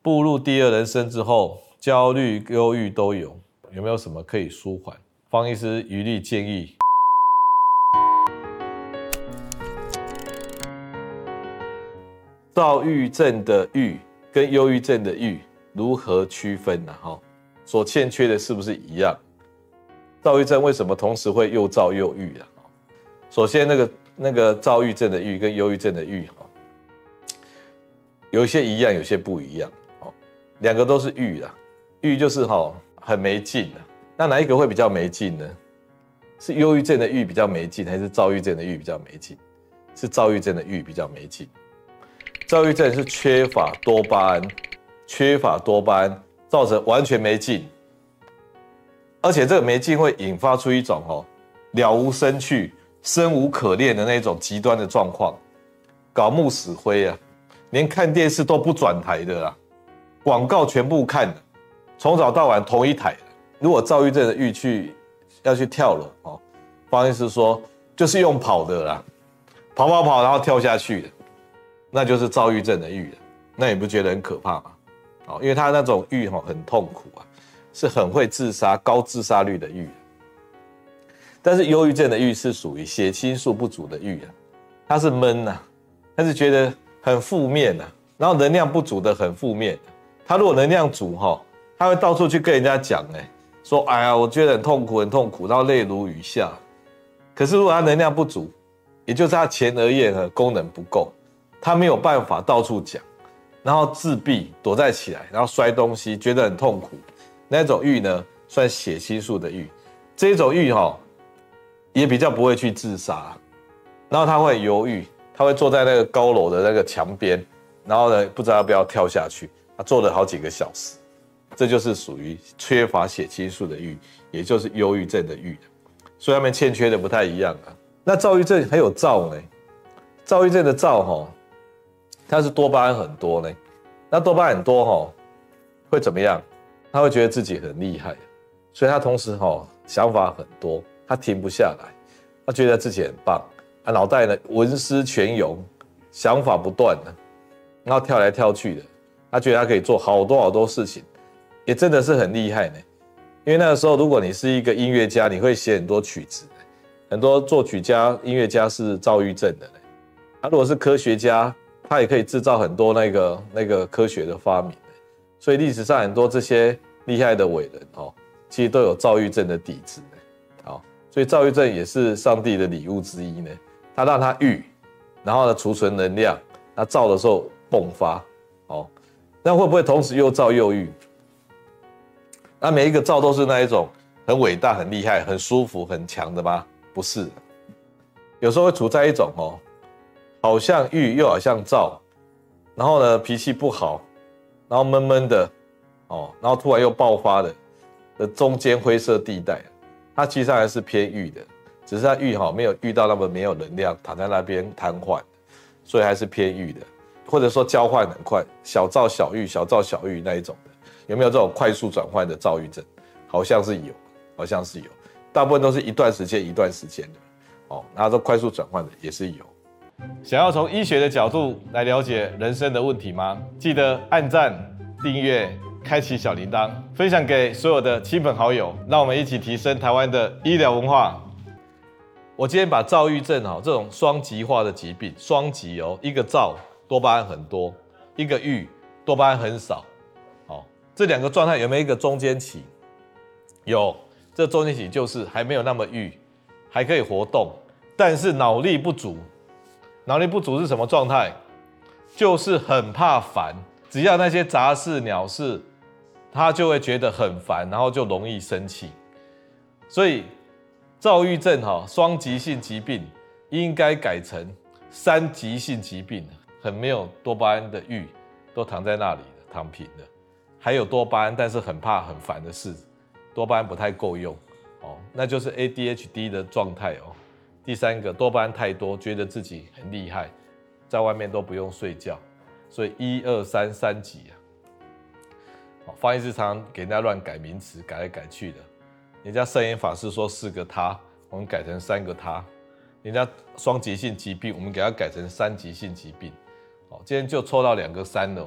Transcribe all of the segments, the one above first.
步入第二人生之后，焦虑、忧郁都有，有没有什么可以舒缓？方医师余力建议。躁郁症的郁跟忧郁症的郁如何区分呢？所欠缺的是不是一样？躁郁症为什么同时会又躁又郁啊？首先，那个躁郁症的郁跟忧郁症的郁，有一些一样，有些不一样。两个都是郁啦，郁就是很没劲的。那哪一个会比较没劲呢？是忧郁症的郁比较没劲，还是躁郁症的郁比较没劲？是躁郁症的郁比较没劲。躁郁症是缺乏多巴胺，造成完全没劲，而且这个没劲会引发出一种了无生趣、生无可恋的那种极端的状况，搞木死灰啊，连看电视都不转台的啦，广告全部看的，从早到晚同一台。如果躁郁症的郁要去跳楼方医师说就是用跑的啦，跑然后跳下去的，那就是躁郁症的郁了。那你不觉得很可怕吗？因为他那种郁很痛苦啊，是很会自杀、高自杀率的郁。但是忧郁症的郁是属于血清素不足的郁啊，他是闷啊，他是觉得很负面啊，然后能量不足的很负面。他如果能量足他会到处去跟人家讲说哎呀我觉得很痛苦，然后泪如雨下。可是如果他能量不足，也就是他前额叶功能不够，他没有办法到处讲，然后自闭躲在起来，然后摔东西，觉得很痛苦。那种郁呢，算血清素的郁。这种郁也比较不会去自杀，然后他会犹豫，他会坐在那个高楼的那个墙边，然后呢不知道要不要跳下去，他坐了好几个小时。这就是属于缺乏血清素的郁，也就是忧郁症的郁，所以他们欠缺的不太一样啊。那躁郁症还有躁呢，躁郁症的躁它是多巴胺很多呢，那多巴胺很多会怎么样？他会觉得自己很厉害，所以他同时想法很多，他停不下来，他觉得自己很棒，脑袋呢文思泉涌，想法不断的，然后跳来跳去的，他觉得他可以做好多事情，也真的是很厉害呢。因为那个时候，如果你是一个音乐家，你会写很多曲子，很多作曲家、音乐家是躁郁症的。他如果是科学家，他也可以制造很多那个科学的发明。所以历史上很多这些厉害的伟人其实都有躁郁症的底子。所以躁郁症也是上帝的礼物之一呢。他让他郁，然后呢储存能量，他躁的时候迸发。那会不会同时又躁又郁？那每一个躁都是那一种很伟大、很厉害、很舒服、很强的吗？不是，有时候会处在一种好像郁又好像躁，然后呢脾气不好，然后闷闷的然后突然又爆发的中间灰色地带，它其实上还是偏郁的，只是它郁没有郁到那么没有能量，躺在那边瘫痪，所以还是偏郁的，或者说交换很快，小躁小郁、小躁小郁那一种的。有没有这种快速转换的躁郁症？好像是有，大部分都是一段时间的然后这快速转换的也是有。想要从医学的角度来了解人生的问题吗？记得按赞、订阅、开启小铃铛，分享给所有的亲朋好友，让我们一起提升台湾的医疗文化。我今天把躁郁症这种双极化的疾病，双极一个躁多巴胺很多，一个郁多巴胺很少。这两个状态有没有一个中间期？有，这中间期就是还没有那么郁，还可以活动，但是脑力不足。脑力不足是什么状态？就是很怕烦，只要那些杂事鸟事，他就会觉得很烦，然后就容易生气。所以躁郁症双极性疾病应该改成三极性疾病，很没有多巴胺的郁，都躺在那里的，躺平的。还有多巴胺，但是很怕很烦的事，多巴胺不太够用那就是 ADHD 的状态第三个，多巴胺太多，觉得自己很厉害，在外面都不用睡觉，所以1、2、3三级方医师常常给人家乱改名词，改来改去的。人家圣严法师说4个他，我们改成3个他。人家双极性疾病，我们给它改成三极性疾病。今天就抽到2个3了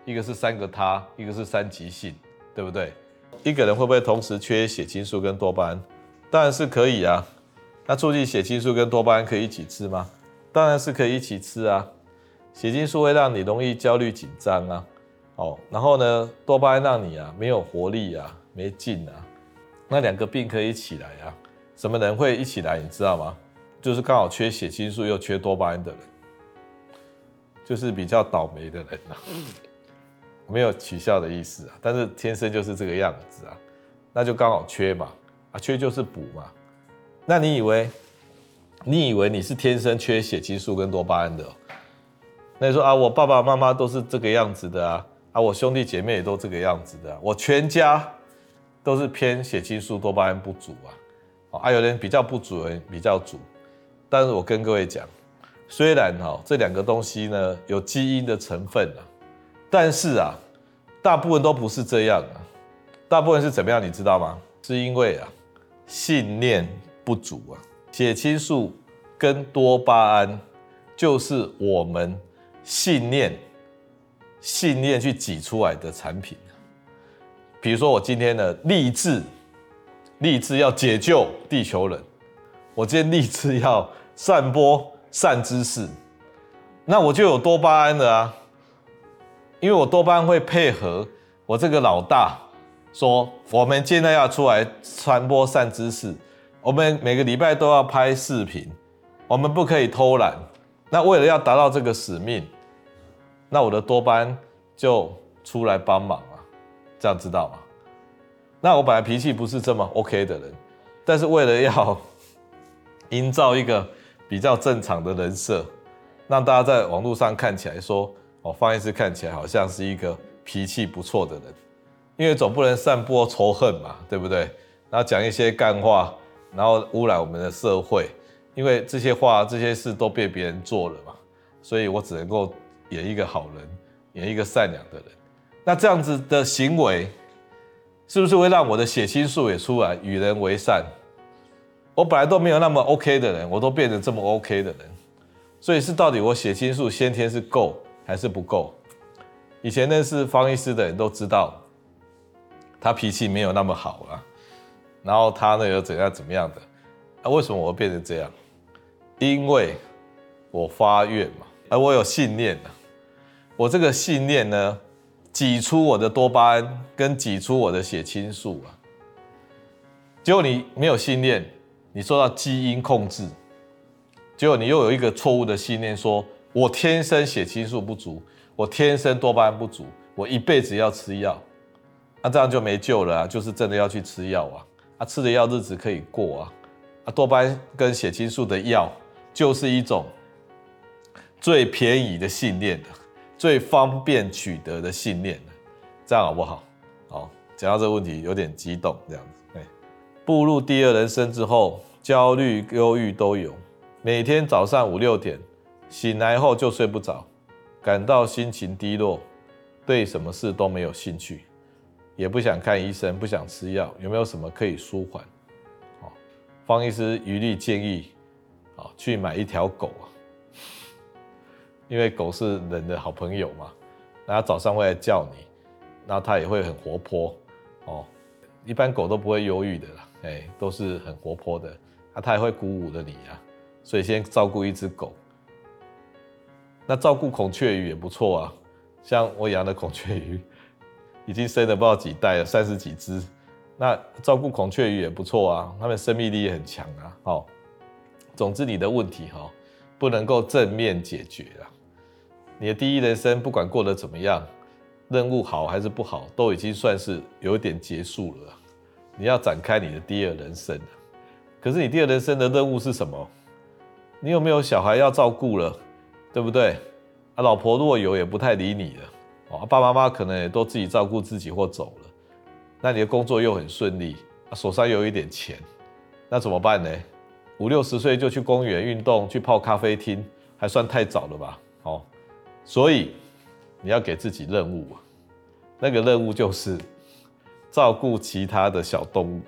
一个是3个他，一个是3极性，对不对？一个人会不会同时缺血清素跟多巴胺？当然是可以啊。那促进血清素跟多巴胺可以一起吃吗？当然是可以一起吃啊。血清素会让你容易焦虑紧张啊，然后呢，多巴胺让你没有活力啊，没劲啊。那2个病可以一起来啊。什么人会一起来？你知道吗？就是刚好缺血清素又缺多巴胺的人，就是比较倒霉的人啊。没有取笑的意思啊，但是天生就是这个样子啊，那就刚好缺嘛，缺就是补嘛。那你以为你是天生缺血清素跟多巴胺的那你说我爸爸妈妈都是这个样子的啊，我兄弟姐妹也都这个样子的我全家都是偏血清素多巴胺不足有人比较不足，有人比较足。但是我跟各位讲，虽然这2个东西呢有基因的成分但是大部分都不是这样大部分是怎么样你知道吗？是因为信念不足血清素跟多巴胺就是我们信念去挤出来的产品。比如说我今天的立志要解救地球人，我今天立志要散播善知识，那我就有多巴胺了因为我多巴胺会配合我这个老大说，我们现在要出来传播善知识，我们每个礼拜都要拍视频，我们不可以偷懒。那为了要达到这个使命，那我的多巴胺就出来帮忙这样知道吗？那我本来脾气不是这么 OK 的人，但是为了要营造一个比较正常的人设，让大家在网络上看起来说方医师看起来好像是一个脾气不错的人，因为总不能散播仇恨嘛，对不对？然后讲一些干话，然后污染我们的社会，因为这些话这些事都被别人做了嘛，所以我只能够演一个好人，演一个善良的人。那这样子的行为是不是会让我的血清素也出来，与人为善？我本来都没有那么 OK 的人，我都变成这么 OK 的人，所以是到底我血清素先天是够还是不够？以前认识方医师的人都知道，他脾气没有那么好然后他呢又怎么样的为什么我会变成这样？因为我发愿嘛，而我有信念我这个信念呢，挤出我的多巴胺跟挤出我的血清素结果你没有信念，你受到基因控制，结果你又有一个错误的信念，说我天生血清素不足，我天生多巴胺不足，我一辈子要吃药，这样就没救了就是真的要去吃药吃的药日子可以过多巴胺跟血清素的药就是一种最便宜的信念最方便取得的信念这样好不好？好，讲到这个问题有点激动，这样子。步入第2人生之后，焦虑、忧郁都有，每天早上5、6点醒来后就睡不着，感到心情低落，对什么事都没有兴趣，也不想看医生，不想吃药，有没有什么可以舒缓？方医师余力建议去买一条狗因为狗是人的好朋友嘛，然后早上会来叫你，然后它也会很活泼一般狗都不会忧郁的啦，都是很活泼的它也会鼓舞的你所以先照顾一只狗。那照顾孔雀鱼也不错像我养的孔雀鱼已经生了不知道几代了，30几只。那照顾孔雀鱼也不错它们生命力也很强总之你的问题不能够正面解决你的第1人生不管过得怎么样，任务好还是不好，都已经算是有点结束了你要展开你的第2人生可是你第2人生的任务是什么？你有没有小孩要照顾了，对不对老婆如果有也不太理你了爸爸妈妈可能也都自己照顾自己或走了，那你的工作又很顺利手上又有一点钱，那怎么办呢？5、60岁就去公园运动，去泡咖啡厅，还算太早了吧所以你要给自己任务那个任务就是照顾其他的小动物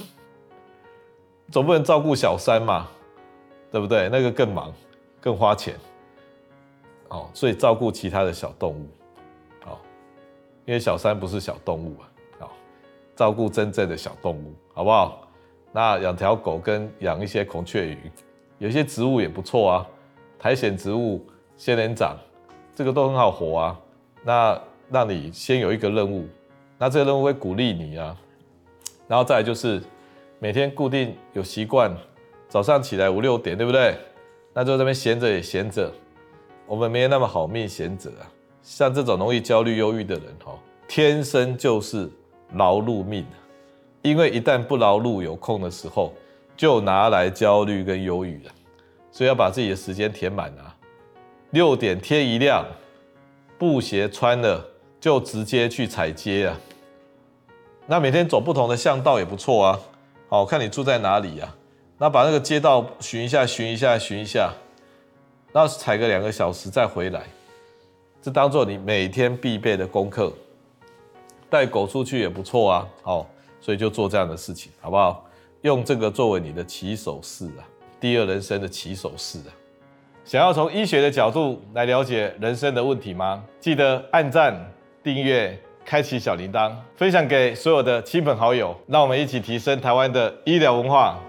总不能照顾小三嘛，对不对？那个更忙更花钱所以照顾其他的小动物因为小三不是小动物啊，好，照顾真正的小动物，好不好？那养条狗跟养一些孔雀鱼，有些植物也不错啊，苔藓植物、仙人掌，这个都很好活啊。那让你先有一个任务，那这个任务会鼓励你啊，然后再来就是每天固定有习惯，早上起来5、6点，对不对？那就这边闲着也闲着，我们没那么好命闲着啊。像这种容易焦虑、忧郁的人，天生就是劳碌命，因为一旦不劳碌，有空的时候就拿来焦虑跟忧郁了，所以要把自己的时间填满啊。6点天一亮，布鞋穿了就直接去踩街啊。那每天走不同的巷道也不错啊，好看你住在哪里啊？那把那个街道巡一下，然后踩个2个小时再回来，这当做你每天必备的功课。带狗出去也不错啊，好，所以就做这样的事情，好不好？用这个作为你的起手式啊，第2人生的起手式啊。想要从医学的角度来了解人生的问题吗？记得按赞、订阅、开启小铃铛，分享给所有的亲朋好友，让我们一起提升台湾的医疗文化。